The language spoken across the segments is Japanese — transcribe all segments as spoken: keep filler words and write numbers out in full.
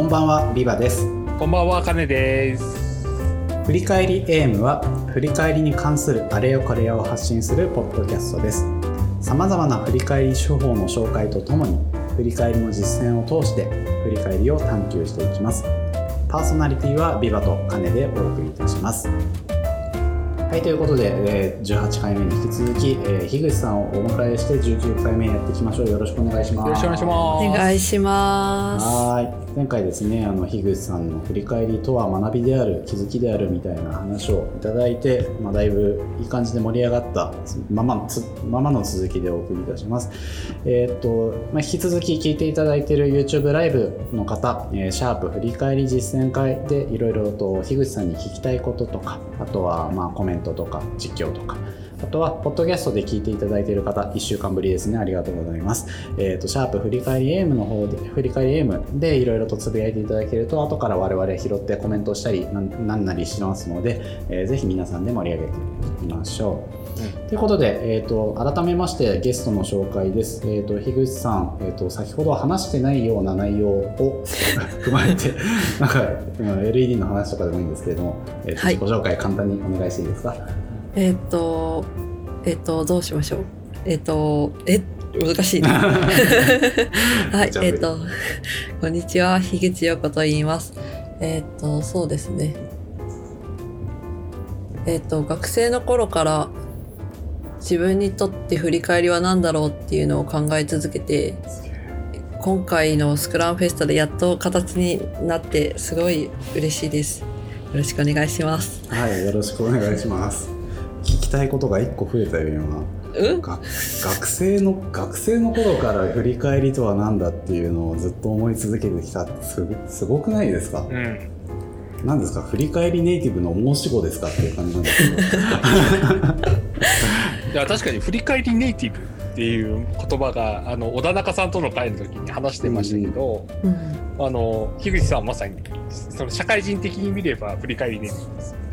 こんばんは、ビバです。 こんばんは、カネです。 振り返りエームは振り返りに関するあれよこれやを発信するポッドキャストです。さまざまな振り返り手法の紹介とともに振り返りの実践を通して振り返りを探求していきます。パーソナリティはビバとカネでお送りいたします。はい、ということで、えー、じゅうはちかいめに引き続き、えー、樋口さんをお迎えしてじゅうきゅうかいめやっていきましょう。よろしくお願いします。 よろしくお願いします。 お願いします。 はい、前回ですね、あの樋口さんの振り返りとは学びである、気づきであるみたいな話をいただいて、まあ、だいぶいい感じで盛り上がったままのつままの続きでお送りいたします。えーっとまあ、引き続き聞いていただいている YouTube ライブの方、えー、シャープ振り返り実践会でいろいろと樋口さんに聞きたいこととか、あとはまあコメントとか実況とか、あとはポッドキャストで聞いていただいている方、いっしゅうかんぶりですね、ありがとうございます。えーとシャープ振り返りエームの方で振り返りエームでいろいろとつぶやいていただけると、後から我々拾ってコメントしたりなんなりしますので、えー、ぜひ皆さんで盛り上げていきましょう。うん、ということで、えーと改めましてゲストの紹介です。えーと樋口さん、えーと先ほど話してないような内容を踏まえてなんか エルイーディー の話とかでもいいんですけれども、えーとはい、自己紹介簡単にお願いしていいですか？ えっ、ー、とえっ、ー、とどうしましょう。えっ、ー、とえ難しいなはい、えっ、とこんにちは、樋口陽子と言います。えっ、とそうですね。えっ、と学生の頃から自分にとって振り返りは何だろうっていうのを考え続けて、今回のスクラムフェスタでやっと形になってすごい嬉しいです。よろしくお願いします。 はい、よろしくお願いします。聞きたいことがいっこ増えたよ今。 うん、 が学生の学生の頃から振り返りとは何だっていうのをずっと思い続けてきたって す, すごくないですか？うん、何ですか、振り返りネイティブの申し子ですかっていう感じなんですけどいや確かに振り返りネイティブっていう言葉があの小田中さんとの会の時に話してましたけど、うん、あの樋口さんはまさにその社会人的に見れば振り返りネイティブですよね。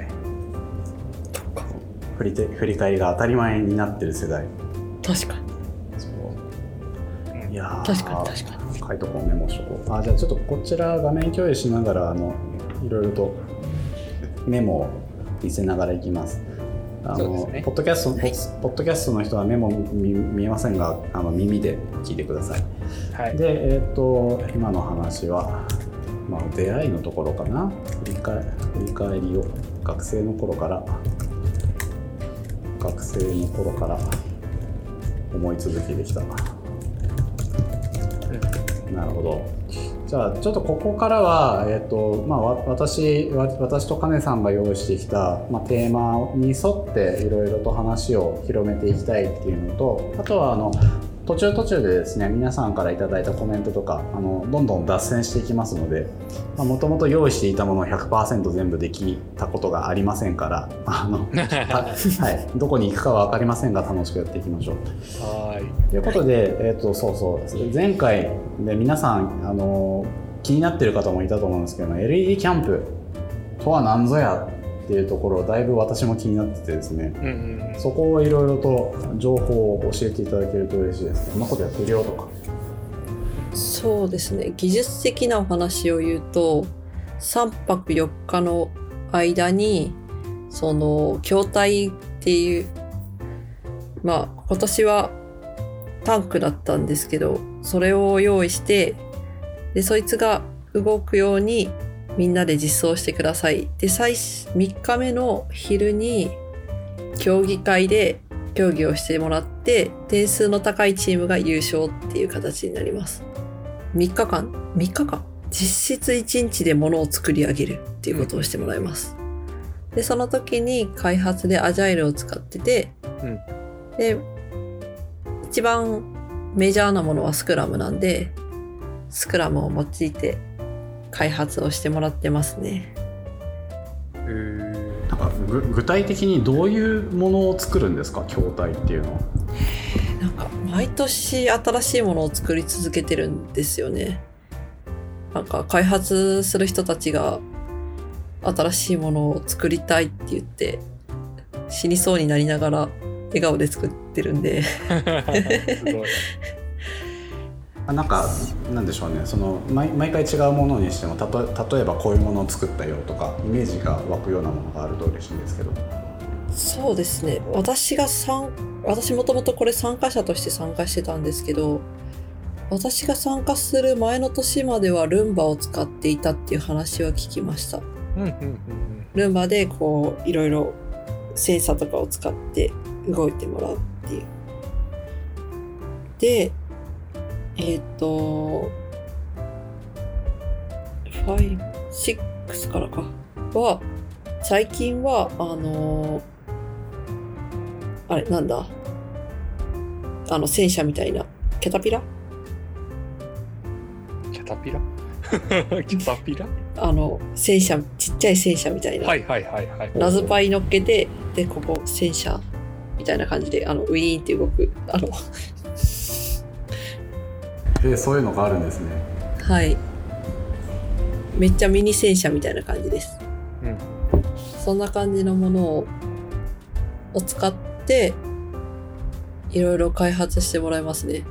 振り, 振り返りが当たり前になってる世代。 確かに。 そう、いや確かに確かに。 書いとこう、メモしとこう。あ、じゃあちょっとこちら画面共有しながらあのいろいろとメモを見せながらいきます。あの、ね、ポッドキャスト、はい、ポッドキャストの人はメモ 見, 見えませんが、あの耳で聞いてください。はい、で、えっ、ー、と今の話は、まあ、出会いのところかな。振り返、振り返りを学生の頃から学生の頃から思い続けてきた。うん、なるほど。じゃあちょっとここからは、えーとまあ、私, 私とカネさんが用意してきた、まあ、テーマに沿っていろいろと話を広めていきたいっていうのと、あとはあの途中途中でですね、皆さんからいただいたコメントとかあのどんどん脱線していきますので、もともと用意していたものを ひゃくパーセント 全部できたことがありませんから、あのはい、どこに行くかは分かりませんが楽しくやっていきましょう。はいということで、えーと、そうそう前回で皆さんあの気になっている方もいたと思うんですけど、 エルイーディー キャンプとは何ぞやっていうところをだいぶ私も気になっててですね、うんうんうん、そこをいろいろと情報を教えていただけると嬉しいです。こんなことやってるよとか。 そうですね、技術的なお話を言うと、さんぱくよっかの間にその筐体っていう、まあ今年はタンクだったんですけど、それを用意して、でそいつが動くようにみんなで実装してください。で最みっかめの昼に競技会で競技をしてもらって、点数の高いチームが優勝っていう形になります。みっかかんみっかかん実質いちにちで物を作り上げるっていうことをしてもらいます。でその時に開発でアジャイルを使ってて、うん、で一番メジャーなものはスクラムなんで、スクラムを用いて開発をしてもらってますね。 なんかぐ具体的にどういうものを作るんですか、筐体っていうのは。 なんか毎年新しいものを作り続けてるんですよね。なんか開発する人たちが新しいものを作りたいって言って死にそうになりながら笑顔で作ってるんで。すごい。 あなんかなんでしょうね、その 毎, 毎回違うものにしてもたと例えばこういうものを作ったよとかイメージが湧くようなものがあると嬉しいんですけど。 そうですね、私が参私もともとこれ参加者として参加してたんですけど、私が参加する前の年まではルンバを使っていたっていう話は聞きました。 うんうんうんうん、 ルンバでこういろいろセンサーとかを使って動いてもらうっていう。でえっとご、ろくからかは最近はあのあれなんだあの戦車みたいなキャタピラキャタピラキャタピラあの戦車ちっちゃい戦車みたいな、 はいはいはいはい、 ラズパイ乗っけてでここ戦車みたいな感じであのウィーンって動くあのえー、そういうのがあるんですね。 はい、めっちゃミニ戦車みたいな感じです、うん、そんな感じのものをを使っていろいろ開発してもらいますね。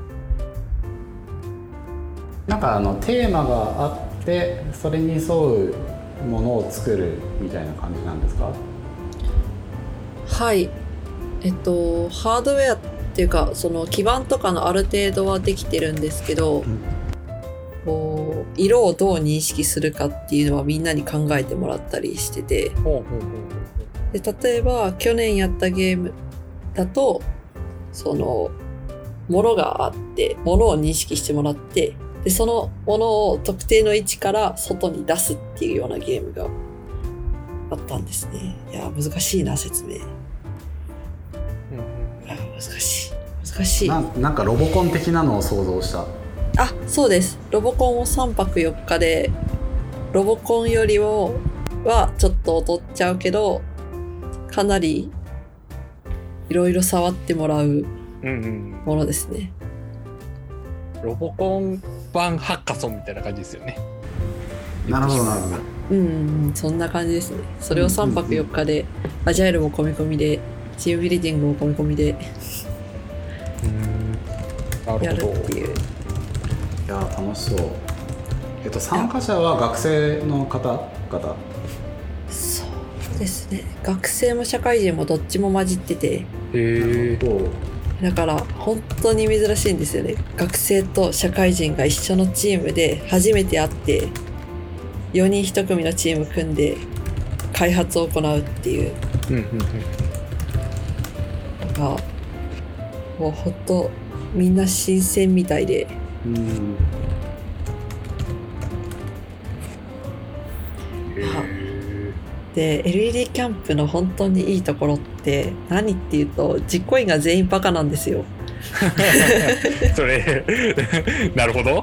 なんかあのテーマがあってそれに沿うものを作るみたいな感じなんですか？ はい、えっとハードウェアっていうかその基板とかのある程度はできてるんですけど、うん、こう色をどう認識するかっていうのはみんなに考えてもらったりしてて、で例えば去年やったゲームだとそのものがあってものを認識してもらってでそのものを特定の位置から外に出すっていうようなゲームがあったんですね。いや難しいな説明、うん、難しい難しいな, なんかロボコン的なのを想像した。 あ、そうです。ロボコンをさんぱくよっかでロボコンよりもはちょっと劣っちゃうけどかなりいろいろ触ってもらうものですね、 うんうん、ロボコン版ハッカソンみたいな感じですよね。 なるほどなるほど。 うん、そんな感じですね。それをさんぱくよっかで、うんうんうん、アジャイルも込み込みでチームビルディングも込み込みでうんやるっていう。 いや楽しそう。えっと参加者は学生の方々？ そうですね、学生も社会人もどっちも混じってて、 へー、 だから本当に珍しいんですよね。学生と社会人が一緒のチームで初めて会ってよにんいち組のチーム組んで開発を行うっていう、うんうんうん、なんかもう本当みんな新鮮みたいで、うん、で エルイーディー キャンプの本当にいいところって何っていうと実行委員が全員バカなんですよそれなるほど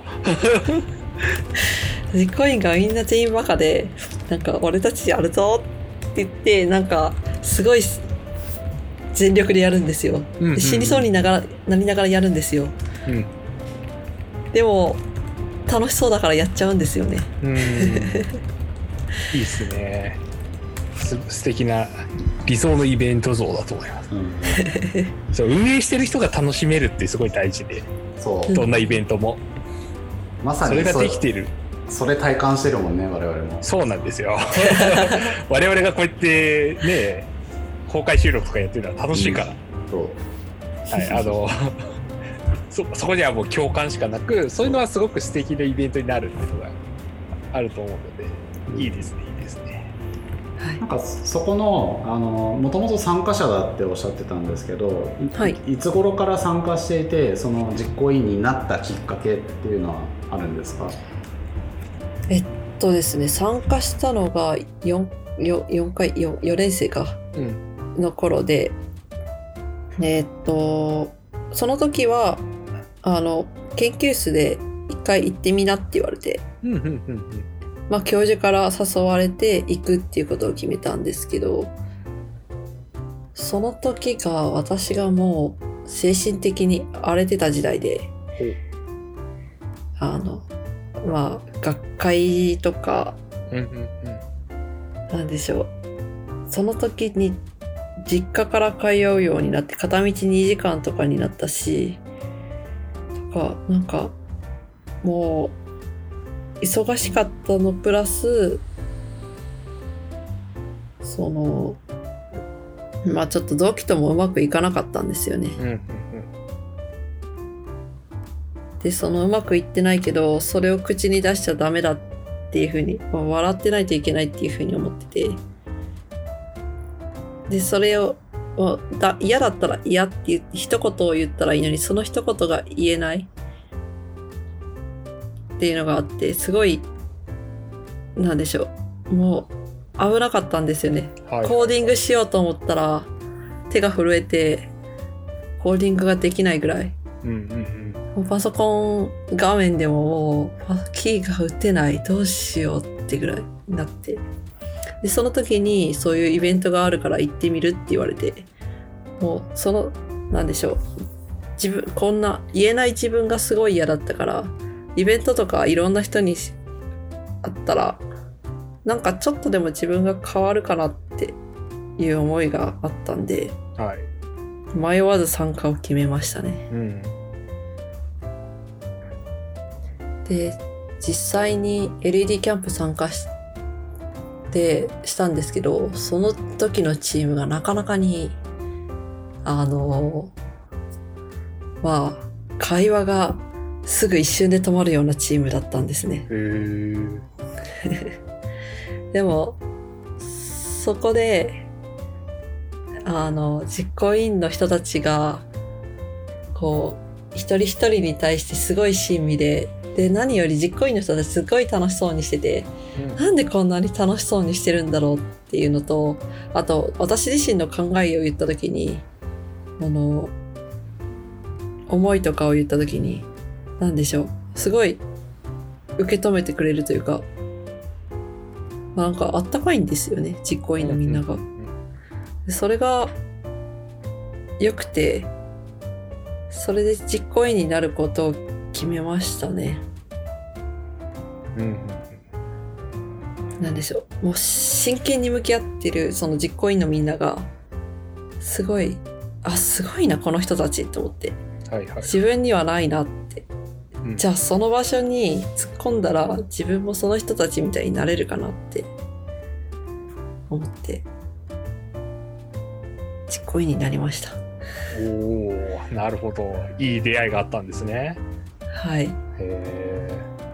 実行委員がみんな全員バカでなんか俺たちやるぞって言ってなんかすごい全力でやるんですよ、うんうんうん、死にそうにながらなりながらやるんですよ、うん、でも楽しそうだからやっちゃうんですよね。うんいいっすね。す素敵な理想のイベント像だと思います、うん、そう運営してる人が楽しめるってすごい大事で、そうどんなイベントもまさにそれができてる。 それ体感してるもんね我々も。 そうなんですよ我々がこうやってね公開収録とかやってるのは楽しいから、うん、そう、はい、あのそ, そこにはもう共感しかなくそういうのはすごく素敵なイベントになるっていうのがあると思うので、うん、いいですねいいですね。 なんかそこのあのもともと参加者だっておっしゃってたんですけど、はい、いつ頃から参加していてその実行委員になったきっかけっていうのはあるんですか？ えっとですね参加したのが 4, 4回 4, 4年生か、うん、の頃で、えっとその時はあの研究室で一回行ってみなって言われて、うんうんうんうんまあ、教授から誘われて行くっていうことを決めたんですけど、その時が私がもう精神的に荒れてた時代で、あのまあ学会とか、うんうんうん、なんでしょうその時に実家から通うようになって片道にじかんとかになったしとかなんかもう忙しかったのプラスそのまあちょっと同期ともうまくいかなかったんですよね。 うんうんでそのうまくいってないけどそれを口に出しちゃダメだっていうふうに、まあ笑ってないといけないっていうふうに思ってて、でそれをだ嫌だったら嫌って言って一言を言ったらいいのにその一言が言えないっていうのがあって、すごいなんでしょう、もう危なかったんですよね、はい、コーディングしようと思ったら手が震えてコーディングができないぐらい、うんうんうん、もうパソコン画面でももうキーが打てない、どうしようってぐらいになって、でその時にそういうイベントがあるから行ってみるって言われて、もうそのなんでしょう、自分こんな言えない自分がすごい嫌だったから、イベントとかいろんな人に会ったらなんかちょっとでも自分が変わるかなっていう思いがあったんで、はい、迷わず参加を決めましたね、うん、で実際に エルイーディー キャンプ参加してしたんですけど、その時のチームがなかなかにあのまあ会話がすぐ一瞬で止まるようなチームだったんですね。へーでもそこであの実行委員の人たちがこう一人一人に対してすごい親身で、で何より実行委員の人たちすごい楽しそうにしてて、うん、なんでこんなに楽しそうにしてるんだろうっていうのと、あと私自身の考えを言った時にあの思いとかを言った時になんでしょう、すごい受け止めてくれるというか、なんかあったかいんですよね、実行委員のみんなが、うんうんうん、それが良くて、それで実行委員になることを決めましたね、うんうん、なんでしょう、もう真剣に向き合ってるその実行委員のみんながすごい、あ、すごいなこの人たちと思って、はいはい、自分にはないなって、うん、じゃあその場所に突っ込んだら自分もその人たちみたいになれるかなって思って実行委員になりました。 おー、なるほど、いい出会いがあったんですね。 はい。 へ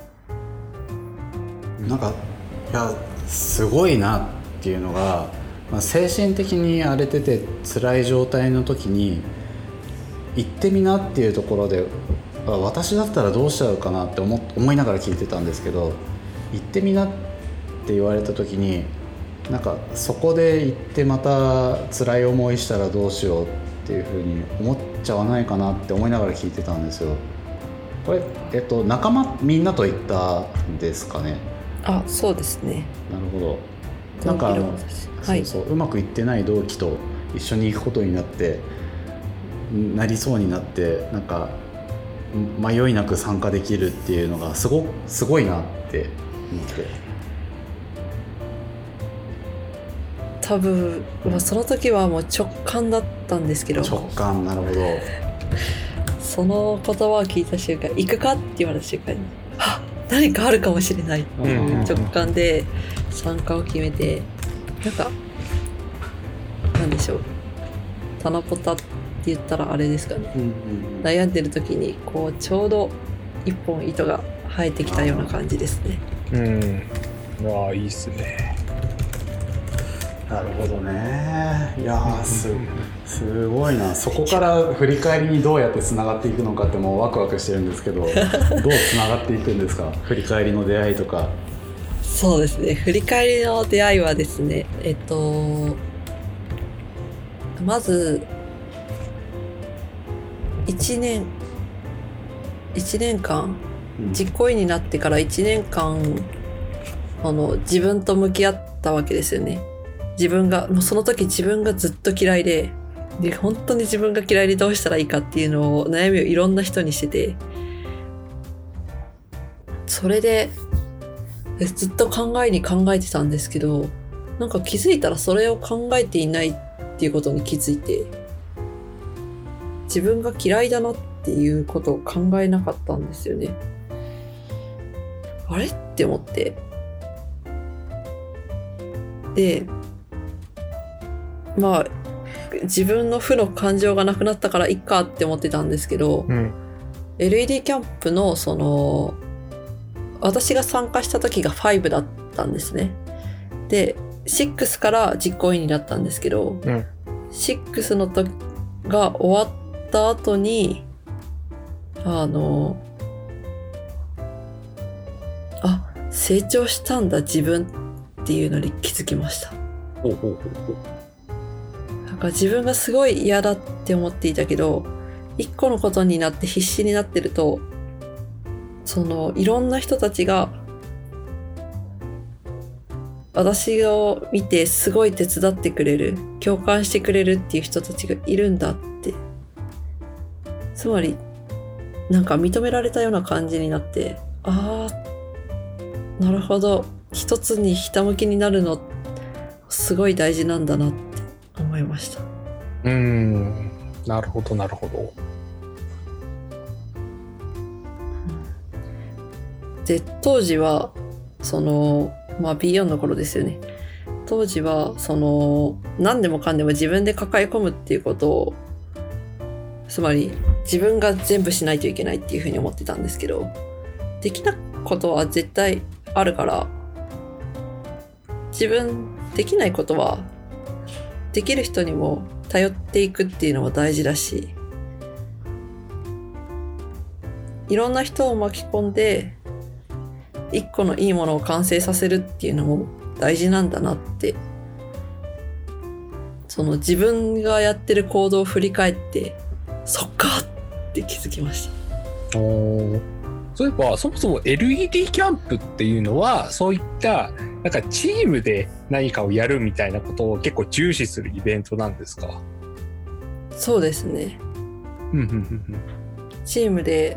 ー、なんかいやすごいなっていうのが、まあ、精神的に荒れてて辛い状態の時に行ってみなっていうところで、私だったらどうしちゃうかなって 思, 思いながら聞いてたんですけど、行ってみなって言われた時になんかそこで行ってまた辛い思いしたらどうしようっていうふうに思っちゃわないかなって思いながら聞いてたんですよ。これ、えっと、仲間みんなと行ったんですかね。 あ、そうですね。 なるほど。なんかあの、はい、そうそう、うまくいってない同期と一緒に行くことになってなりそうになって、なんか迷いなく参加できるっていうのがすご、すごいなって思って。 多分、まあ、その時はもう直感だったんですけど、 直感、なるほど。 その言葉を聞いた瞬間、行くかって言われた瞬間に、あ、何かあるかもしれないっていう直感で参加を決めて、なんかなんでしょう、タナポタって言ったらあれですかね、うんうんうん、悩んでる時にこうちょうど一本糸が生えてきたような感じですね。 うん、ああ、いいっすね。 なるほどね。いやー す, すごいな。そこから振り返りにどうやってつながっていくのかってもうワクワクしてるんですけどどうつながっていくんですか振り返りの出会いとか。 そうですね、振り返りの出会いはですね、えっとまずいちねんいちねんかん、うん、実行委員になってからいちねんかんあの自分と向き合ったわけですよね。自分がもうその時自分がずっと嫌いで、で本当に自分が嫌いでどうしたらいいかっていうのを悩みをいろんな人にしてて、それでずっと考えに考えてたんですけど、なんか気づいたらそれを考えていないっていうことに気づいて、自分が嫌いだなっていうことを考えなかったんですよね。 あれって思って、でまあ自分の負の感情がなくなったからいっかって思ってたんですけど、うん、エルイーディー キャンプのその私が参加した時がごだったんですね。でろくから実行委員になったんですけど、うん、ろくの時が終わった後にあのあ成長したんだ自分っていうのに気づきました。 ほうほうほうほう。 なんか自分がすごい嫌だって思っていたけど、一個のことになって必死になってると、そのいろんな人たちが私を見てすごい手伝ってくれる、共感してくれるっていう人たちがいるんだって、つまりなんか認められたような感じになって、ああなるほど、一つにひたむきになるのすごい大事なんだなって思いました。 うーん、なるほどなるほど。 で当時はそのまあ ビーよん の頃ですよね。当時はその何でもかんでも自分で抱え込むっていうことを、つまり自分が全部しないといけないっていうふうに思ってたんですけど、できなことは絶対あるから、自分できないことはできる人にも頼っていくっていうのも大事だし、いろんな人を巻き込んで一個のいいものを完成させるっていうのも大事なんだなって、その自分がやってる行動を振り返ってそっかって気づきました。 おー、そういえばそもそも エルイーディー キャンプっていうのはそういったなんかチームで何かをやるみたいなことを結構重視するイベントなんですか？ そうですね。チームで、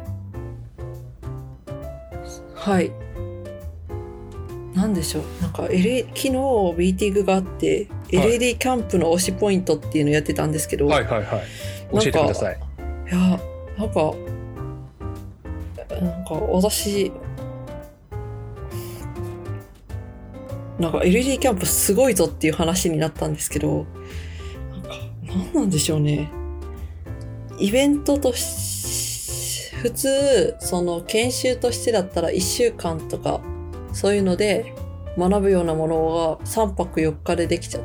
はい、なんでしょう、なんか、L、昨日ミーティングがあって、はい、エルイーディー キャンプの推しポイントっていうのをやってたんですけど、 はいはいはい、教えてください。 いや、なんかなんか私なんか エルイーディー キャンプすごいぞっていう話になったんですけど、なんか何なんでしょうね。イベントとし普通その研修としてだったらいっしゅうかんとかそういうので学ぶようなものがさんぱくよっかでできちゃって、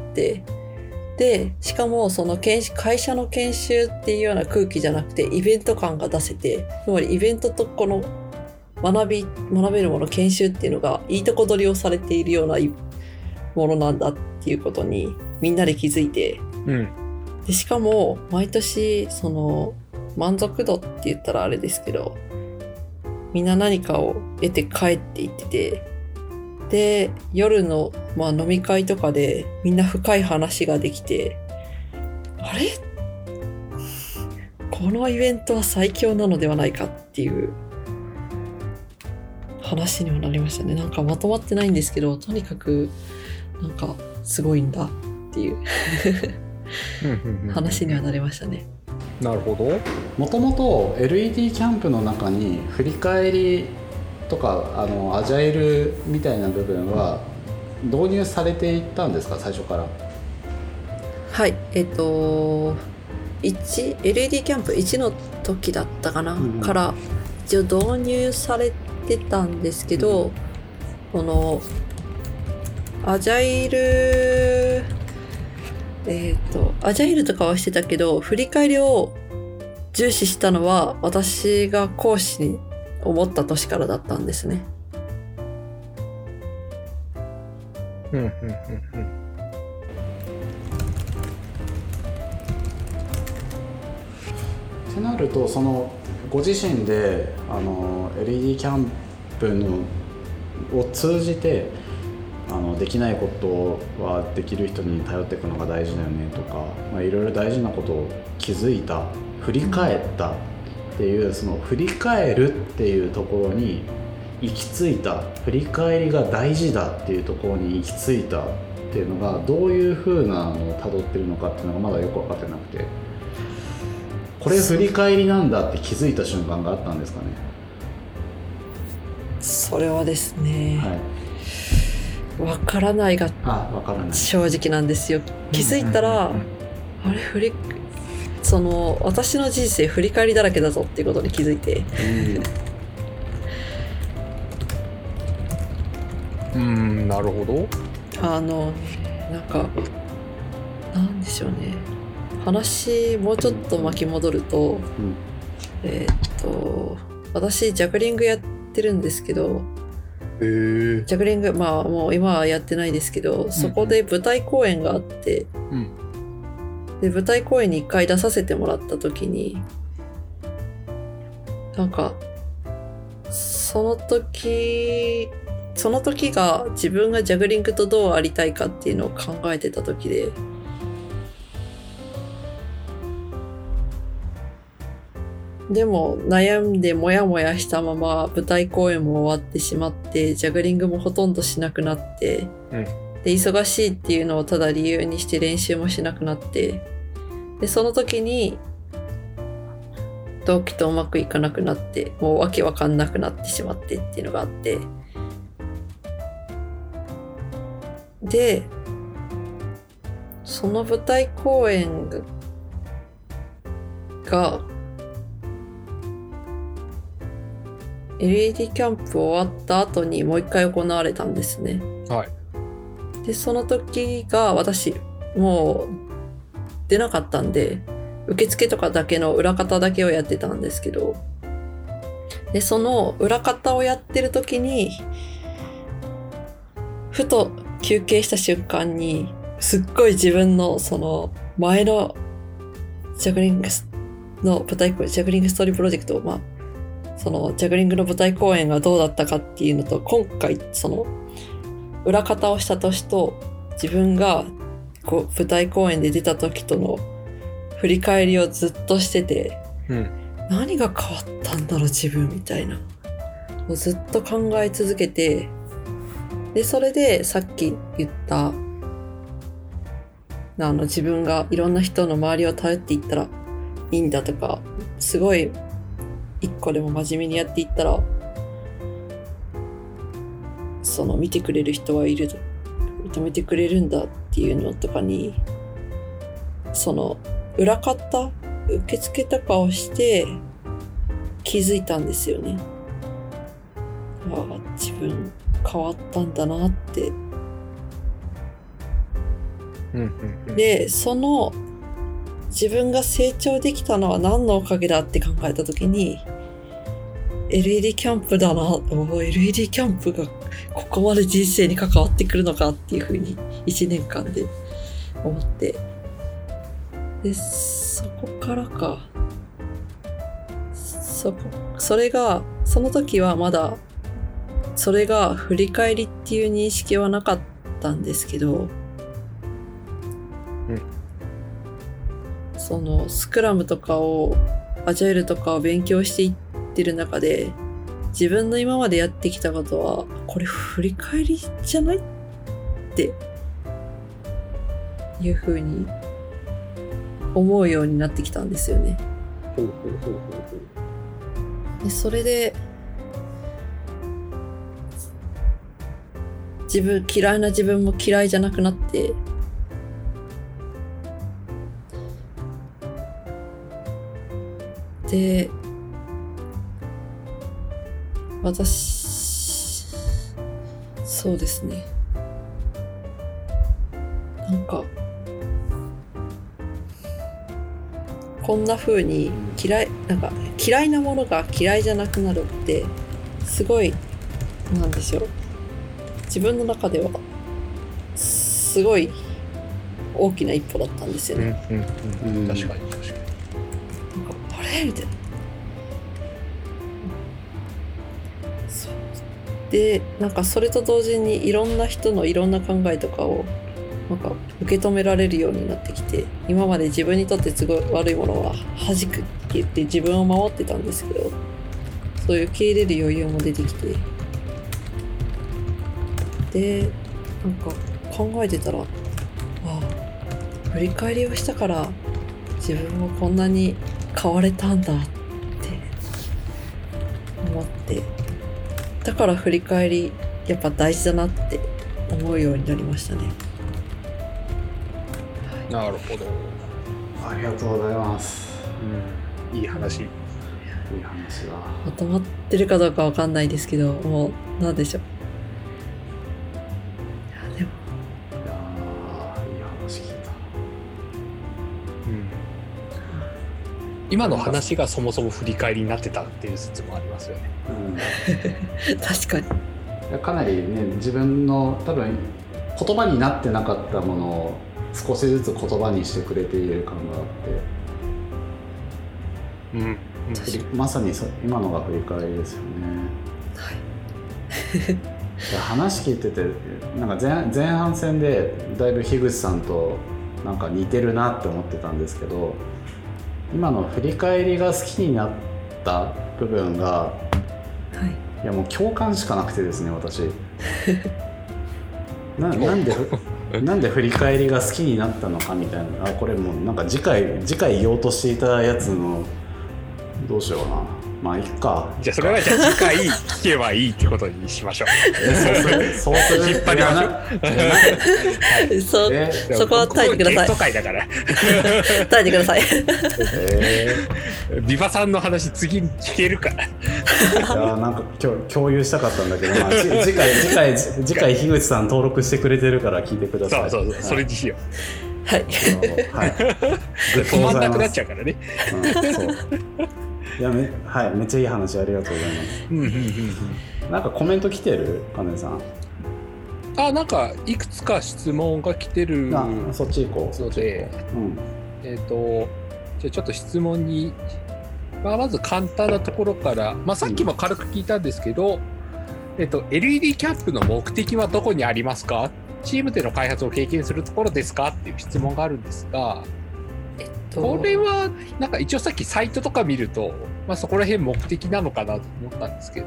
でしかもその研修会社の研修っていうような空気じゃなくてイベント感が出せて、つまりイベントとこの学び学べるもの研修っていうのがいいとこ取りをされているようなものなんだっていうことにみんなで気づいて、うん、でしかも毎年その満足度って言ったらあれですけど、みんな何かを得て帰っていってて、で夜の、まあ、飲み会とかでみんな深い話ができて、あれこのイベントは最強なのではないかっていう話にもなりましたね。なんかまとまってないんですけど、とにかくなんかすごいんだっていう話にはなりましたね。 なるほど。 もともと エルイーディー キャンプの中に振り返りとかあのアジャイルみたいな部分は導入されていったんですか、最初から？ はい、えっといち エルイーディー キャンプいちの時だったかな、うん、から一応導入されてたんですけど、うん、このアジャイルえっとアジャイルとかはしてたけど、振り返りを重視したのは私が講師に思った年からだったんですね。 うんうんうんうん。 ってなると、そのご自身であの エルイーディー キャンプのを通じてあのできないことはできる人に頼っていくのが大事だよねとか、まあ、いろいろ大事なことを気づいた、振り返ったっていう、その振り返るっていうところに行き着いた、振り返りが大事だっていうところに行き着いたっていうのがどういう風なのを辿ってるのかっていうのがまだよく分かってなくて、これ振り返りなんだって気づいた瞬間があったんですかね？ それはですね、 はい、 わからないがあ、わからない正直なんですよ。気づいたら、 うんうんうんあれ振りその私の人生振り返りだらけだぞっていうことに気づいて、 うん、うんなるほど。 あのなんかなんでしょうね、話もうちょっと巻き戻ると、 うん、 えーっと私ジャグリングやってるんですけど、 へージャグリングまあもう今はやってないですけど、そこで舞台公演があって、 うん、 で舞台公演に一回出させてもらった時に、なんかその時その時が自分がジャグリングとどうありたいかっていうのを考えてた時で、でも悩んでモヤモヤしたまま舞台公演も終わってしまって、ジャグリングもほとんどしなくなって、 うんで忙しいっていうのをただ理由にして練習もしなくなって、でその時に同期とうまくいかなくなって、もうわけわかんなくなってしまってっていうのがあって、でその舞台公演が エルイーディー キャンプ終わった後にもう一回行われたんですね。 はい。 でその時が私もう出なかったんで、受付とかだけの裏方だけをやってたんですけど、でその裏方をやってる時にふと休憩した瞬間に、すっごい自分のその前のジャグリングの舞台公演、ジャグリングストーリープロジェクト、まあそのジャグリングの舞台公演がどうだったかっていうのと、今回その裏方をした年と自分がこう舞台公演で出た時との振り返りをずっとしてて、 うん、 何が変わったんだろう自分みたいなをずっと考え続けて、でそれでさっき言ったあの自分がいろんな人の周りを頼っていったらいいんだとか、すごい一個でも真面目にやっていったらその見てくれる人はいる、認めてくれるんだっていうのとかに、その裏方受付とかをして気づいたんですよね。ああ自分変わったんだなって、 うんうんうん、 でその自分が成長できたのは何のおかげだって考えた時に、 エルイーディー キャンプだな、お エルイーディー キャンプがここまで人生に関わってくるのかっていうふうにいちねんかんで思って、でそこからかそこそれがその時はまだそれが振り返りっていう認識はなかったんですけど、 うん、 そのスクラムとかをアジャイルとかを勉強していってる中で、自分の今までやってきたことはこれ振り返りじゃないっていう風に思うようになってきたんですよね。 ほうほうほうほうほう。 でそれで自分嫌いな自分も嫌いじゃなくなって、で私そうですね、なんかこんな風に嫌いなんか嫌いなものが嫌いじゃなくなるってすごいなんでしょう、自分の中ではすごい大きな一歩だったんですよね。 うんうんうん、確かに確かに。 なんかあれみたいな。そうでなんかそれと同時にいろんな人のいろんな考えとかをなんか受け止められるようになってきて、今まで自分にとってすごい悪いものは弾くって言って自分を守ってたんですけど、そういう受け入れる余裕も出てきて、でなんか考えてたら、ああ振り返りをしたから自分もこんなに変われたんだって思って、 だから振り返りやっぱ大事だなって思うようになりましたね。 なるほど。 ありがとうございます。 うん、いい話。いい話だ。 まとまってるかどうかわかんないですけど、もうなんでしょう。いやでも。 いやー、いい話聞いた。 うん。今の話がそもそも振り返りになってたっていう説もありますよね。 うん、確かに。 いやかなりね、自分の多分言葉になってなかったものを少しずつ言葉にしてくれている感があって、うんうん、まさにそ今のが振り返りですよね。はい、話聞いててなんか 前, 前半戦でだいぶ樋口さんとなんか似てるなって思ってたんですけど、今の振り返りが好きになった部分が、はい、いやもう共感しかなくてですね、私な, なんでなんで振り返りが好きになったのかみたいな、あこれもうなんか次回次回言おうとしていたやつのどうしような、まあいっか。 じゃあそれはじゃあ次回聞けばいいってことにしましょう。そうするそうする引っ張りましょう。 はい、そそこは耐えてください。 ゲスト会だから耐えてください。 えー、ビバさんの話次に聞けるから。 いやなんか共有したかったんだけど、まあ、次回次回次回樋口さん登録してくれてるから聞いてください。 そうそうそう、はい、それにしよう。 はい。 はい。 止まんなくなっちゃうからね。 うん、そう。いやめはい、めっちゃいい話ありがとうございます。うんうんうんうん。なんかコメント来てる？金さん。 あ、なんかいくつか質問が来てる。 あ、そっち行こう。 ので、うん、えっ、ー、とじゃあちょっと質問に、まあ、まず簡単なところから、まあ、さっきも軽く聞いたんですけど、うん、えっ、ー、と エルイーディー キャップの目的はどこにありますか？チームでの開発を経験するところですかっていう質問があるんですが。これはなんか一応さっきサイトとか見ると、まあ、そこら辺目的なのかなと思ったんですけど。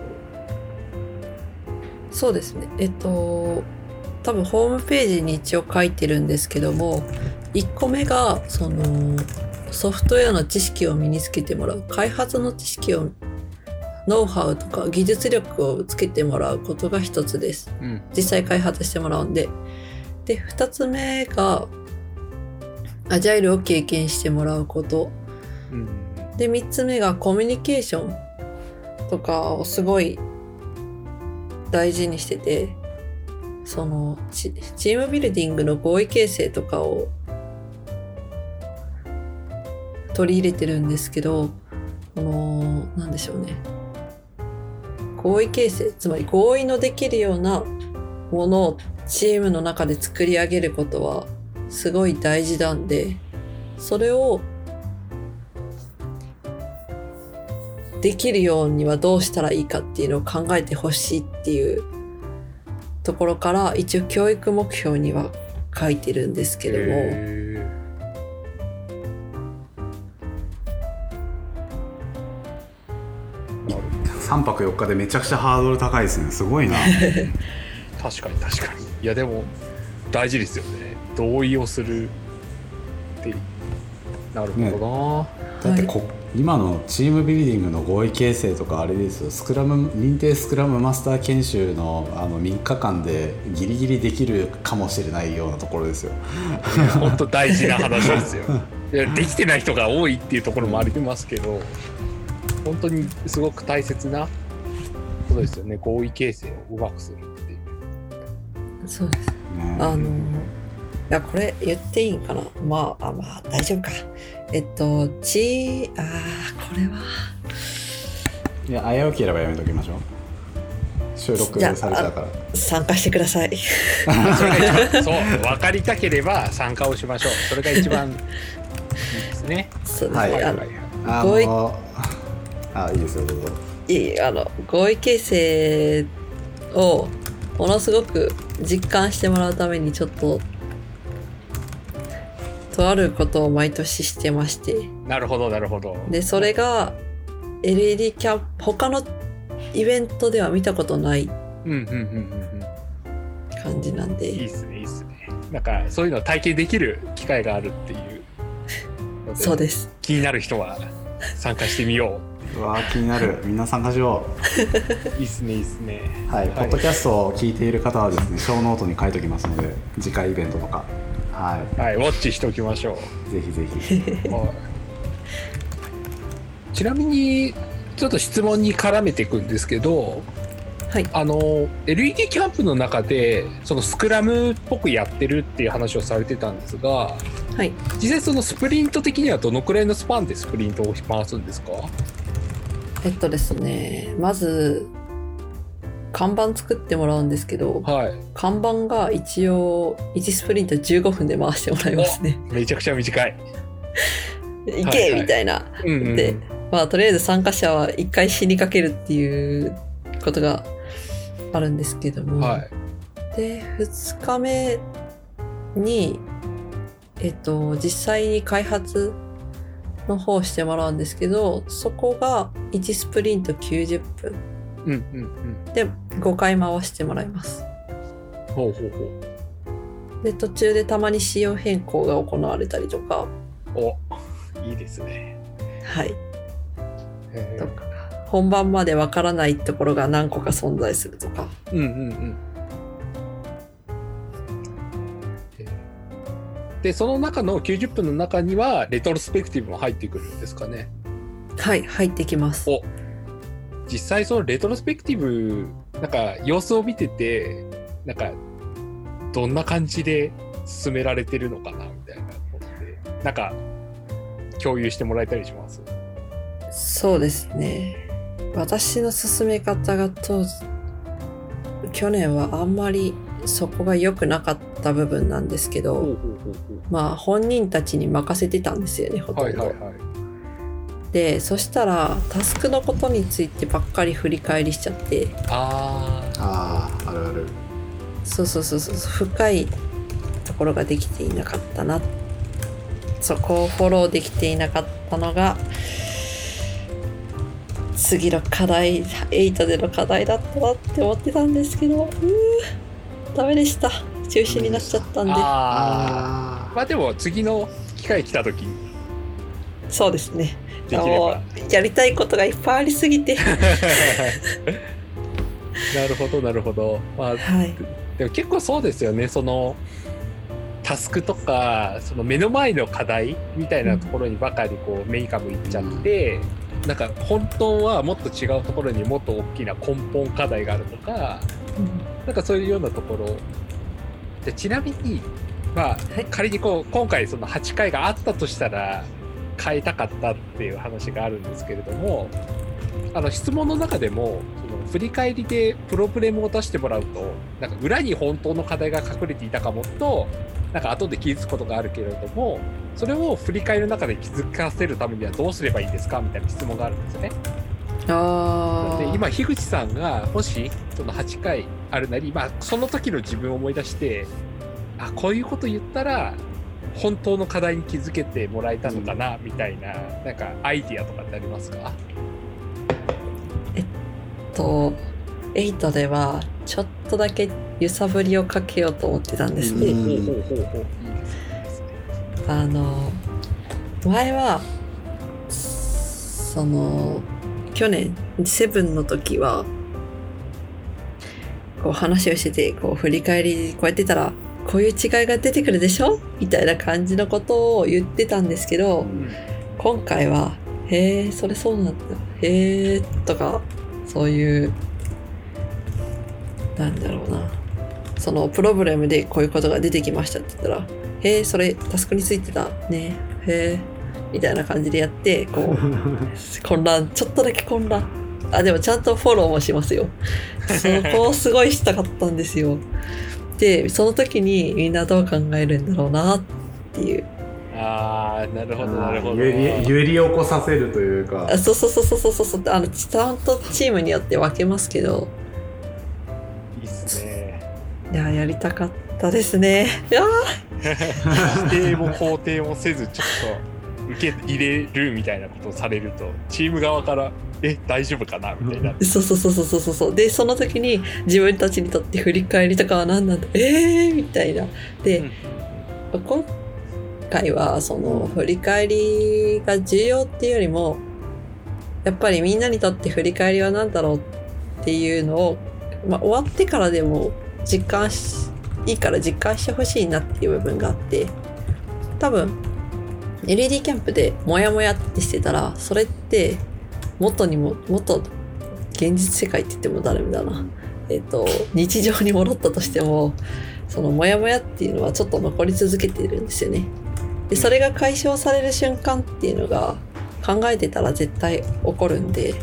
そうですね、えっと多分ホームページに一応書いてるんですけども、いっこめがそのソフトウェアの知識を身につけてもらう、開発の知識をノウハウとか技術力をつけてもらうことが一つです、うん、実際開発してもらうんで。でふたつめがアジャイルを経験してもらうこと、うん、でみっつめがコミュニケーションとかをすごい大事にしてて、その チ, チームビルディングの合意形成とかを取り入れてるんですけど、このなんでしょうね、合意形成、つまり合意のできるようなものをチームの中で作り上げることはすごい大事なんで、それをできるようにはどうしたらいいかっていうのを考えてほしいっていうところから、一応教育目標には書いてるんですけども、 さんぱくよっかでめちゃくちゃハードル高いですね。すごいな。 確かに確かに。いやでも大事ですよね、同意をするってなるほどな、ね、 だってこ、はい、今のチームビルディングの合意形成とかあれですよ、スクラム認定スクラムマスター研修 の, あのみっかかんでギリギリできるかもしれないようなところですよ。 本当大事な話ですよ。いやできてない人が多いっていうところもありますけど、本当にすごく大切なことですよね、合意形成をうまくするっていう。 そうです、ね、あのいやこれ言っていいかな、まあ、あまあ大丈夫か。えっとちあこれはいや危うければやめときましょう。収録されちゃうから参加してください。 それが一番そう分かりたければ参加をしましょう。それが一番いいですね。 そうですね、はい、あのあ合意あいいですよどうぞ。 いいあの合意形成をものすごく実感してもらうためにちょっととあることを毎年してまして。 なるほどなるほど。 でそれが エルイーディー キャップ他のイベントでは見たことない感じなんで、 いいっすねいいっすね。なんかそういうのを体験できる機会があるっていうそうです。 気になる人は参加してみようっていううわー気になる。みんな参加しよう。いいっすねいいっすね。 はい、はい、ポッドキャストを聞いている方はですね、ショーノートに書いておきますので、次回イベントとか、はい、 はい、ウォッチしておきましょう。ぜひぜひ。はい、 ちなみにちょっと質問に絡めていくんですけど、はい、あの エルイーディー キャンプの中でそのスクラムっぽくやってるっていう話をされてたんですが、はい、実際そのスプリント的にはどのくらいのスパンでスプリントを回すんですか？ えっとですね、まず看板作ってもらうんですけど、はい、看板が一応いちスプリントじゅうごふんで回してもらいますね。 めちゃくちゃ短い。 いけ、はいはい、みたいな、うんうん、で、まあとりあえず参加者はいっかい死にかけるっていうことがあるんですけども、はい、でふつかめにえっと実際に開発の方をしてもらうんですけど、そこがいちスプリントきゅうじゅっぷん、うんうんうん、でごかい回してもらいます。ほうほうほう。で途中でたまに仕様変更が行われたりとか。 お、いいですね。 はい。とか本番までわからないところが何個か存在するとか。うんうんうん。 でその中のきゅうじゅっぷんの中にはレトロスペクティブも入ってくるんですかね？ はい、入ってきます。 お、実際そのレトロスペクティブなんか様子を見ててなんかどんな感じで進められてるのかなみたいなのってなんか共有してもらえたりします？ そうですね。私の進め方が当時去年はあんまりそこが良くなかった部分なんですけど、ほうほうほうほう、まあ本人たちに任せてたんですよね、ほとんど。はいはいはい、でそしたらタスクのことについてばっかり振り返りしちゃって、 あああるある、 そうそうそうそう、深いところができていなかったな、そこをフォローできていなかったのが次の課題、エイトでの課題だったなって思ってたんですけど、うーダメでした。中止になっちゃったんで。 ああ、まあでも次の機会来た時に。 そうですね。できればやりたいことがいっぱいありすぎて。なるほどなるほど。まあ、はい、でも結構そうですよね。そのタスクとかその目の前の課題みたいなところにばかりこうメインカムいっちゃって。うん、なんか本当はもっと違うところにもっと大きな根本課題があるとか、うん、なんかそういうようなところで、ちなみに、まあ、はい、仮にこう今回そのはちかいがあったとしたら変えたかったっていう話があるんですけれども、あの質問の中でもその振り返りでプロブレムを出してもらうとなんか裏に本当の課題が隠れていたかもとなんか後で気づくことがあるけれども、それを振り返りの中で気づかせるためにはどうすればいいんですかみたいな質問があるんですよね。あで今樋口さんがもしそのはちかいあるなり、まあ、その時の自分を思い出して、あこういうこと言ったら本当の課題に気づけてもらえたのかな、うん、みたいななんかアイディアとかってありますか？ えっとエイトではちょっとだけ揺さぶりをかけようと思ってたんですね。うん、あの前はその去年セブンの時はこう話をしてて、こう振り返りこうやってたらこういう違いが出てくるでしょみたいな感じのことを言ってたんですけど、うん、今回はへえそれそうなんだへえとかそういうなんだろうな、そのプロブレムでこういうことが出てきましたって言ったらへえそれタスクについてたねへえみたいな感じでやってこう混乱ちょっとだけ混乱、あでもちゃんとフォローもしますよ。そこをすごいしたかったんですよ。でその時にみんなどう考えるんだろうなっていう。 あーなるほどなるほど。 揺り揺り起こさせるというか。 あそうそうそうそうそうそう、あのちゃんとチームによって分けますけど。 いいっすね。 いややりたかったですね。いや否定も肯定もせずちょっと受け入れるみたいなことをされるとチーム側からえ大丈夫かなみたいな。 そうそうそうそうそうそう。でその時に自分たちにとって振り返りとかは何なんだえーみたいな。で、うん、今回はその振り返りが重要っていうよりもやっぱりみんなにとって振り返りは何だろうっていうのを、まあ、終わってからでも実感しいいから実感してほしいなっていう部分があって、多分 エルイーディー キャンプでモヤモヤってしてたら、それって元にも元現実世界って言っても誰もだな、えっと日常に戻ったとしても、そのモヤモヤっていうのはちょっと残り続けてるんですよね。でそれが解消される瞬間っていうのが考えてたら絶対起こるんで、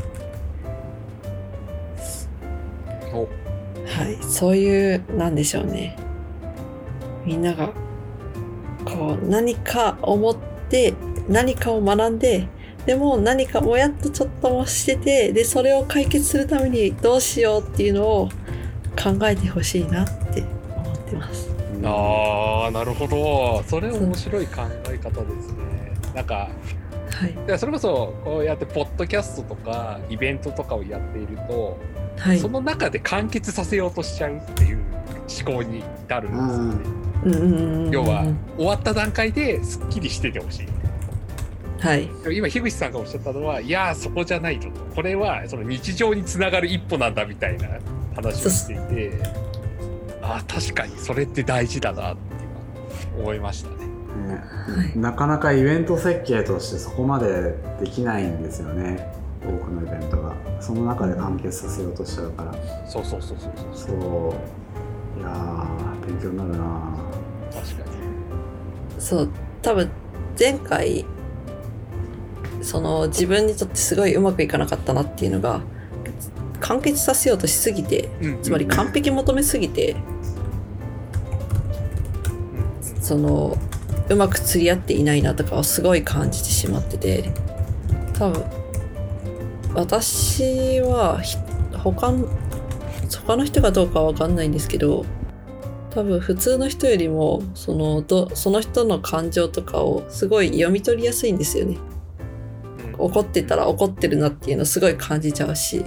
はい、そういうなんでしょうね、みんながこう何か思って何かを学んで、でも何かもやっとちょっともしてて、でそれを解決するためにどうしようっていうのを考えてほしいなって思ってます。 ああ、なるほど。それ面白い考え方ですね。なんか、 はい、 いやそれこそこうやってポッドキャストとかイベントとかをやっていると、はい、その中で完結させようとしちゃうっていう思考に至るんですよね。うん、要は終わった段階ですっきりしててほしい。はい、今樋口さんがおっしゃったのは、いやそこじゃないと、これはその日常につながる一歩なんだみたいな話をしていて、あ確かにそれって大事だなって思いましたね。 ね、なかなかイベント設計としてそこまでできないんですよね、多くのイベントがその中で完結させようとしちゃうから。 そうそうそうそうそう。いやー勉強になるな。 確かに。 そう、多分前回その自分にとってすごいうまくいかなかったなっていうのが、完結させようとしすぎて、うん、つまり完璧求めすぎて、うん、そのうまく釣り合っていないなとかをすごい感じてしまってて、多分私は他の他の人がどうかは分かんないんですけど、多分普通の人よりもそのどその人の感情とかをすごい読み取りやすいんですよね。うん、怒ってたら怒ってるなっていうのをすごい感じちゃうし、うん、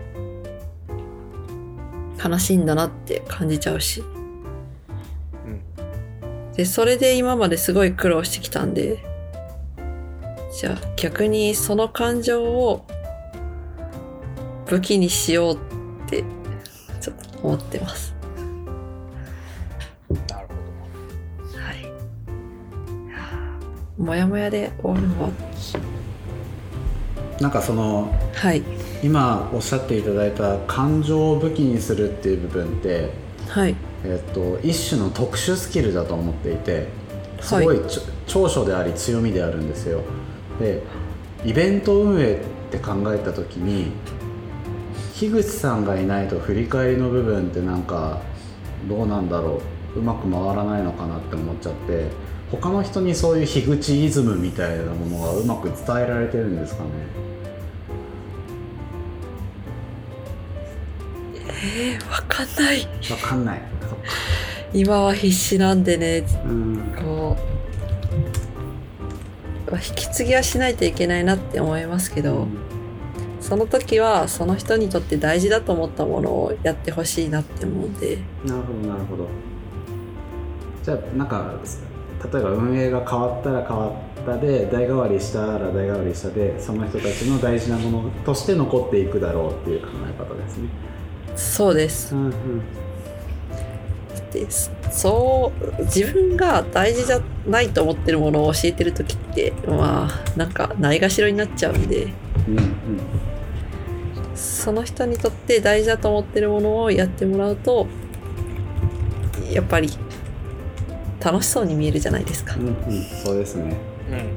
悲しいんだなって感じちゃうし、うん、でそれで今まですごい苦労してきたんで、じゃあ逆にその感情を武器にしようってちょっと思ってます。 なるほど。はい。もやもやで終わるのはなんかその、はい、今おっしゃっていただいた感情を武器にするっていう部分って、はい、えっと、一種の特殊スキルだと思っていて、すごい、はい、長所であり強みであるんですよ。でイベント運営って考えた時に、樋口さんがいないと振り返りの部分ってなんかどうなんだろう、うまく回らないのかなって思っちゃって、他の人にそういう樋口イズムみたいなものがうまく伝えられてるんですかね。 えー、わかんない。 わかんない。 今は必死なんでね、うん、こう引き継ぎはしないといけないなって思いますけど、うん、その時はその人にとって大事だと思ったものをやってほしいなって思うんで。 なるほどなるほど。じゃあなんか例えば運営が変わったら変わったで、代替わりしたら代替わりしたで、その人たちの大事なものとして残っていくだろうっていう考え方ですね。 そうです、うんうん、でそう自分が大事じゃないと思ってるものを教えてる時って、まあなんかないがしろになっちゃうんで、うんうん、その人にとって大事だと思ってるものをやってもらうと、やっぱり楽しそうに見えるじゃないですか。うんうん、 そうですね。うんうん、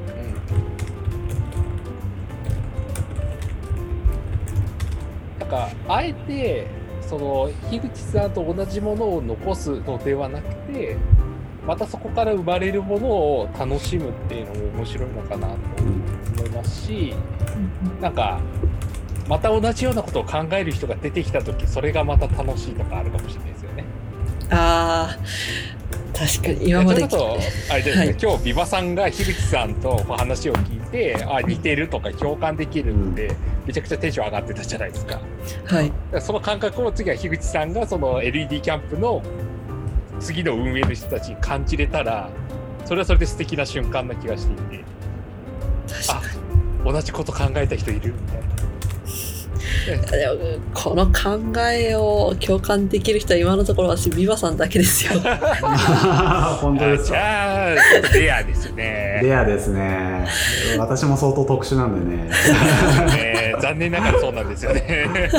なんかあえてその樋口さんと同じものを残すのではなくて、またそこから生まれるものを楽しむっていうのも面白いのかなと思いますし、なんかまた同じようなことを考える人が出てきた時、それがまた楽しいとかあるかもしれないですよね。 あー確かに今までちょっとあれですね、はい、今日ビバさんが樋口さんと話を聞いて、あ似てるとか共感できるんで、めちゃくちゃテンション上がってたじゃないですか。はい。その感覚を次は樋口さんがその エルイーディー キャンプの次の運営の人たちに感じれたら、それはそれで素敵な瞬間な気がしていて、あ同じこと考えた人いるみたいな。 でもこの考えを共感できる人は今のところ私ビバさんだけですよ。 本当ですか。 じゃあちょっとレアですね。 レアですね。私も相当特殊なんでね。 ね残念ながらそうなんですよね。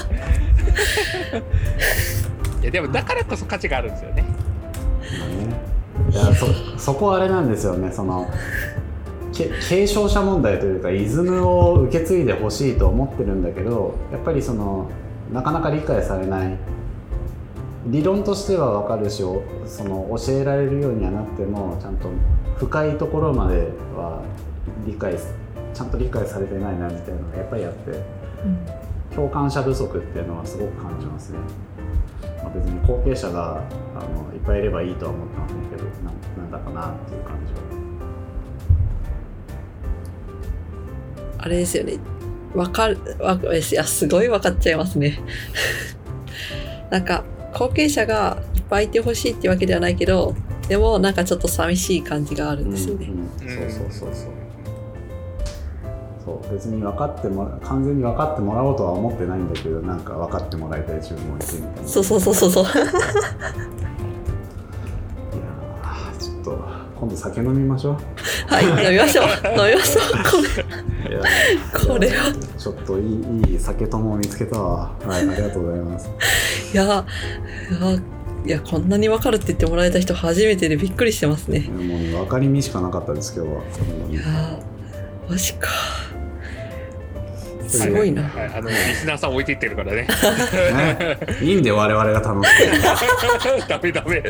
いやでもだからこそ価値があるんですよね。 いや そ, そこはあれなんですよね。その継承者問題というかイズムを受け継いでほしいと思ってるんだけど、やっぱりそのなかなか理解されない、理論としては分かるしその教えられるようにはなってもちゃんと深いところまでは理解ちゃんと理解されてないなみたいなのがやっぱりあって、うん、共感者不足っていうのはすごく感じますね。まあ、別に後継者があのいっぱいいればいいとは思ってませんけど、 な, なんだかなっていう感じは。 あれですよね。わかる、わいやすごい分かっちゃいますね。なんか後継者がいっぱいいてほしいってわけではないけど、でもなんかちょっと寂しい感じがあるんですよね。 うんうん、そうそうそうそう。そう別に分かっても完全に分かってもらおうとは思ってないんだけど、なんか分かってもらいたい自分もいてみたいな。 そうそうそうそうそう。いやちょっと今度酒飲みましょう。 はい、飲みましょう。飲みましょう。これ。いやこれはちょっといいいい酒友を見つけたわ。はい、ありがとうございます。 いやいやいやこんなに分かるって言ってもらえた人初めてでびっくりしてますね。 もうね分かりみしかなかったです今日は。 いやマジか。すごいな、 はいはい、あのリスナーさん置いていってるからね。 ねいいんで我々が楽しくダメダメ。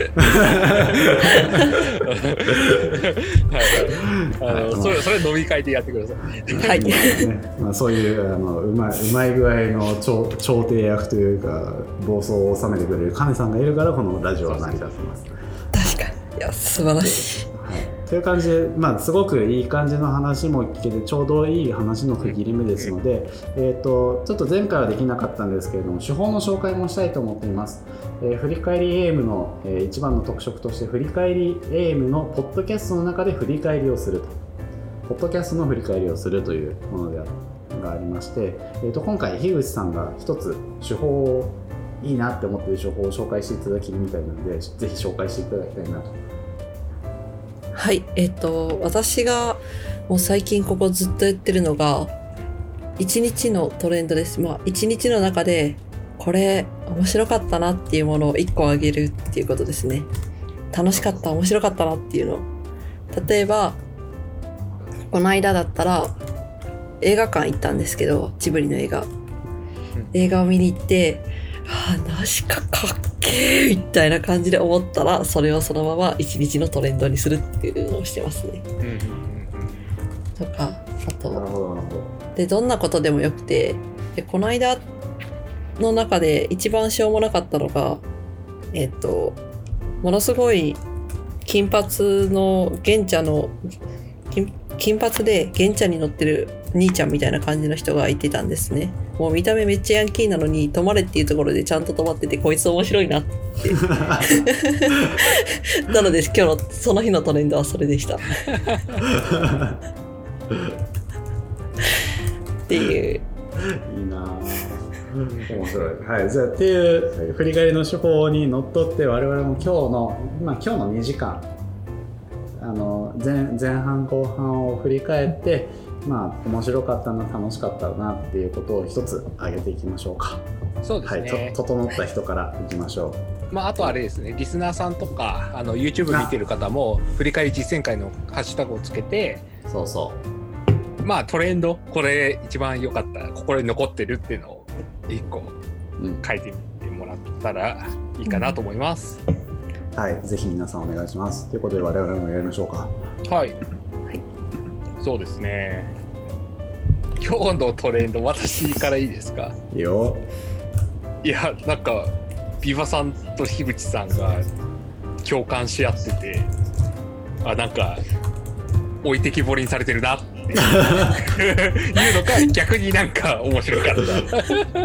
それそれ飲み会でやってください。 はい。 ねまあ、そういうあのうまいうまい具合の調調停役というか暴走を収めてくれるカネさんがいるからこのラジオは成り立ってます。 確かにいや素晴らしい。 という感じで、まあ、すごくいい感じの話も聞けてちょうどいい話の区切り目ですので、えーと、ちょっと前回はできなかったんですけれども手法の紹介もしたいと思っています。えー、振り返り エーエム の、えー、一番の特色として振り返り エーエム のポッドキャストの中で振り返りをするとポッドキャストの振り返りをするというものでがありまして、えーと、今回樋口さんが一つ手法をいいなって思っている手法を紹介していただけるみたいなのでぜひ紹介していただきたいなと。 はい、えっと、私がもう最近ここずっとやってるのがいちにちのトレンドです。まあいちにちの中でこれ面白かったなっていうものをいっこあげるっていうことですね。楽しかった、面白かったなっていうの。例えばこの間だったら映画館行ったんですけど、ジブリの映画映画を見に行って、ああ確かかっけーみたいな感じで思ったら、それをそのまま一日のトレンドにするっていうのをしてますね。とかあとでどんなことでもよくて、でこの間の中で一番しょうもなかったのが、えっとものすごい金髪の玄茶の 金, 金髪で玄茶に乗ってる兄ちゃんみたいな感じの人がいてたんですね。もう見た目めっちゃヤンキーなのに泊まれっていうところでちゃんと泊まってて、こいつ面白いなってなので今日のその日のトレンドはそれでしたっていう。 いいな面白い。はい、じゃあっていう振り返りの手法にのっとって我々も今日の、まあ、今日のにじかんあの 前, 前半後半を振り返って、まあ、面白かったな楽しかったなっていうことを一つ挙げていきましょうか。 そうですね、 はい、と整った人からいきましょう。まあ、あとあれですね、リスナーさんとかあの YouTube 見てる方も振り返り実践会のハッシュタグをつけて、 そうそうまあトレンドこれ一番良かった心に残ってるっていうのをいっこ書いてみてもらったらいいかなと思います、 うん、はい、ぜひ皆さんお願いします。ということで我々もやりましょうか。 はい、はい、そうですね。今日のトレンド私からいいですか？ いいよ。 いや、なんかビバさんと樋口さんが共感し合ってて、あ、なんか置いてきぼりにされてるなっていうのか、逆になんか面白かった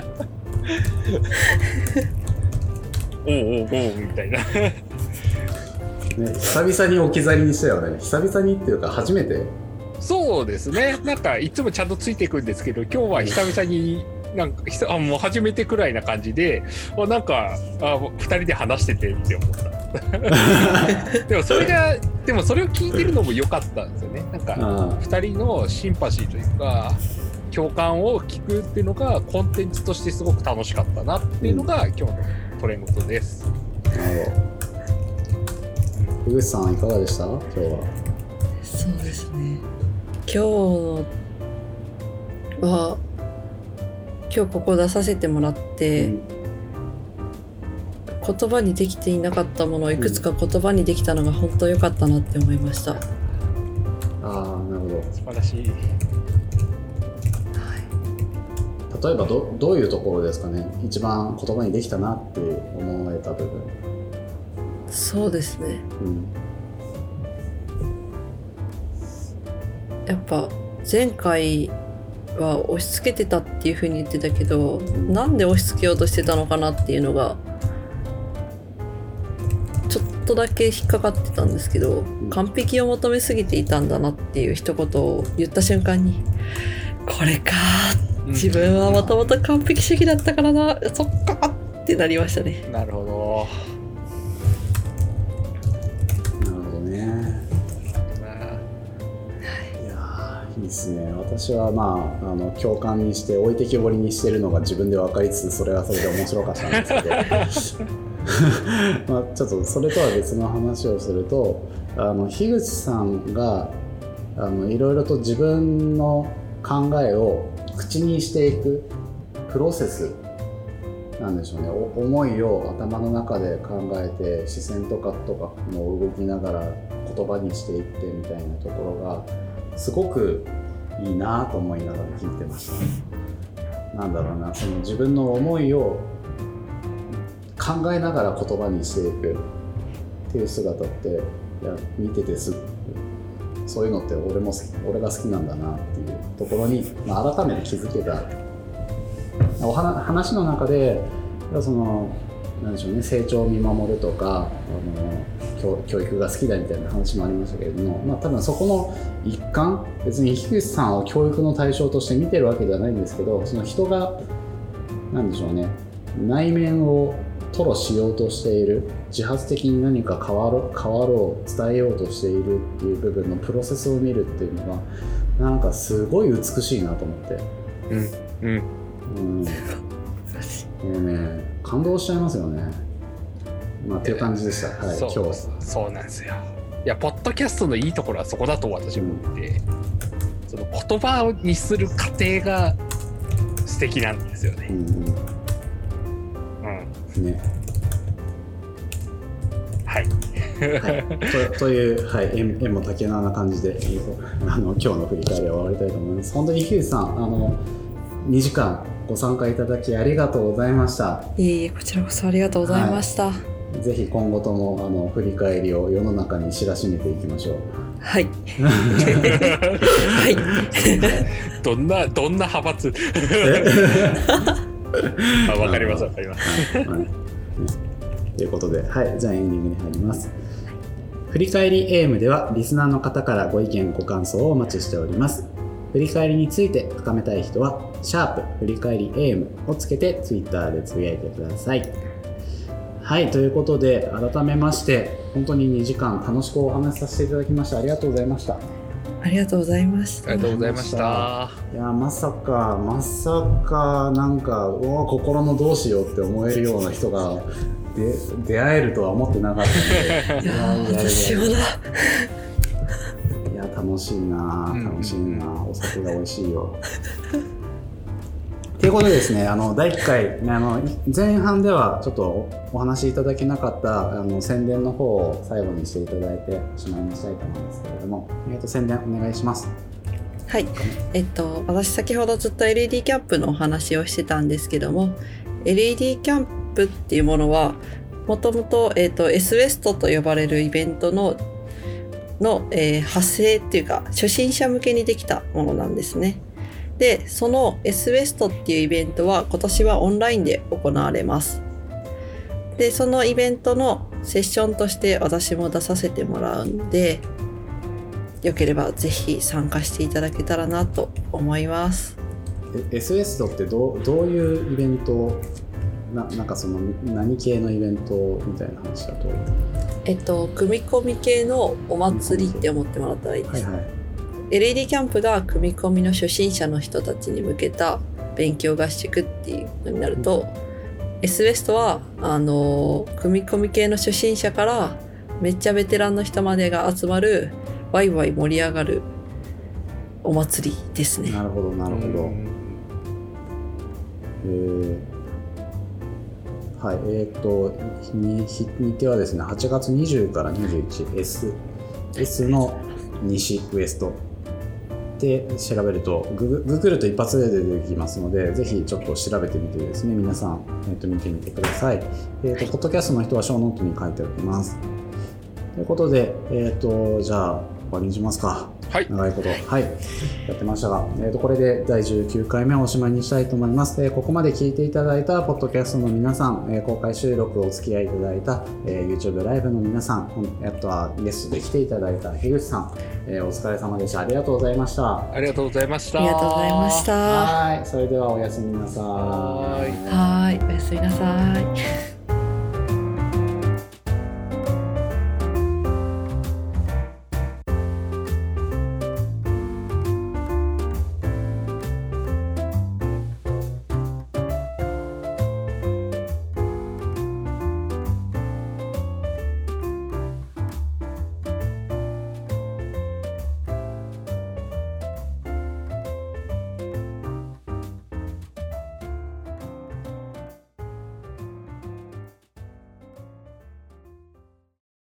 おうおうおうみたいなね、 久々に置き去りにしたよね。久々にっていうか初めてそうですね。なんかいつもちゃんとついていくんですけど、今日は久々になんかひさあもう初めてくらいな感じで、あなんかあふたりで話しててって思った。でもそれがでもそれを聞いてるのも良かったんですよね。なんかふたりのシンパシーというか共感を聞くっていうのがコンテンツとしてすごく楽しかったなっていうのが、うん、今日のトレンゴトです。 なるほど。樋口さんいかがでした？今日は。 そうですね。今日は今日ここ出させてもらって、うん、言葉にできていなかったものをいくつか言葉にできたのが本当良かったなって思いました。うん、 ああ、なるほど。 素晴らしい。 例えば ど, どういうところですかね、一番言葉にできたなって思えた部分。 そうですね、うん、やっぱ前回は押し付けてたっていう風に言ってたけど、うん、なんで押し付けようとしてたのかなっていうのがちょっとだけ引っかかってたんですけど、うん、完璧を求めすぎていたんだなっていう一言を言った瞬間にこれかー、自分はもともと完璧主義だったからな、そっかってなりましたね。 なるほど。 なるほどね。いやいいですね。私はまあ、あの共感にして置いてきぼりにしてるのが自分で分かりつつ、それはそれで面白かったんですけどまあちょっとそれとは別の話をすると、あの樋口さんがあのいろいろと自分の考えを口にしていくプロセスなんでしょうね。思いを頭の中で考えて視線とかとかも動きながら言葉にしていってみたいなところがすごくいいなと思いながら聞いてました。なんだろうな、その自分の思いを考えながら言葉にしていくっていう姿っていや見ててすそういうのって俺も俺が好きなんだなっていうところに、まあ、改めて気づけたお話の中で、そのなんでしょうね、成長を見守るとかあの 教, 教育が好きだみたいな話もありましたけれども、まあ、多分そこの一環、別に樋口さんを教育の対象として見てるわけではないんですけど、その人がなんでしょうね、内面を吐露しようとしている、自発的に何か変わろう、変わろう伝えようとしているっていう部分のプロセスを見るっていうのがなんかすごい美しいなと思って、 うんうんうん、もうね感動しちゃいますよね。まあっていう感じでした。はい、 そう今日そうなんですよ。いやポッドキャストのいいところはそこだと私も思って、うん、その言葉にする過程が素敵なんですよね。うんうん、ね。 はい。 はい、と, という、はい、縁も竹縄な感じであの今日の振り返りを終わりたいと思います。本当に樋口さん、あのにじかんご参加いただきありがとうございました。 いえいえ、こちらこそありがとうございました。はい、 ぜひ今後ともあの振り返りを世の中に知らしめていきましょう。 はい。はい。 どんなどんな派閥？あ、わかりますわかります。はいはいということで、はい、じゃあエンディングに入ります。振り返り エーエム ではリスナーの方からご意見ご感想をお待ちしております。振り返りについて深めたい人はシャープ振り返り エーエム をつけてツイッターでつぶやいてください。はい、ということで改めまして本当ににじかん楽しくお話しさせていただきました。ありがとうございました。 ありがとうございました。 ありがとうございました。 いやまさかまさかなんかうわ心のどうしようって思えるような人がで出会えるとは思ってなかったのでいや私もだ。いや楽しいな楽しいな、うん、お酒が美味しいよ。ということでですね、あのだいいっかいあの前半ではちょっとお話しいただけなかったあの宣伝の方を最後にしていただいておしまいにしたいと思うんですけれども、えー、と宣伝お願いします。 はい、えっと私先ほどずっと エルイーディー キャンプのお話をしてたんですけども、 エルイーディー キャンプっていうものはもともと エスウエストと呼ばれるイベントのの、えー、派生っていうか初心者向けにできたものなんですね。で、その エスウエストっていうイベントは今年はオンラインで行われます。で、そのイベントのセッションとして私も出させてもらうんで、 よければぜひ参加していただけたらなと思います。 エスエス ドってどう、どういうイベントな、なんかその何系のイベントみたいな話だと、 えっと組み込み系のお祭りって思ってもらったらいいです、はいはい、エルイーディー キャンプが組み込みの初心者の人たちに向けた勉強合宿っていうのになると、うん、S ウエストはあの組み込み系の初心者からめっちゃベテランの人までが集まるワイワイ盛り上がるお祭りですね。 なるほどなるほど。えー、はいえー、っと日程はですねはちがつにじゅうからにじゅういち S, S の西ウエストで調べるとグググると一発で出てきますので、ぜひちょっと調べてみてですね皆さん、えー、と見てみてください。えー、とポッドキャストの人はショーノートに書いておきます。ということで、えー、とじゃあ終わりにしますか。はい、長いこと、はい、やってましたが、えー、とこれでだいじゅうきゅうかいめをおしまいにしたいと思います。えー、ここまで聞いていただいたポッドキャストの皆さん、えー、公開収録お付き合いいただいた、えー、YouTube ライブの皆さん、あとはゲストで来ていただいた樋口さん、えー、お疲れ様でした。ありがとうございました。 ありがとうございました。 ありがとうございました。 はい、それではおやすみなさい。 はい、おやすみなさい。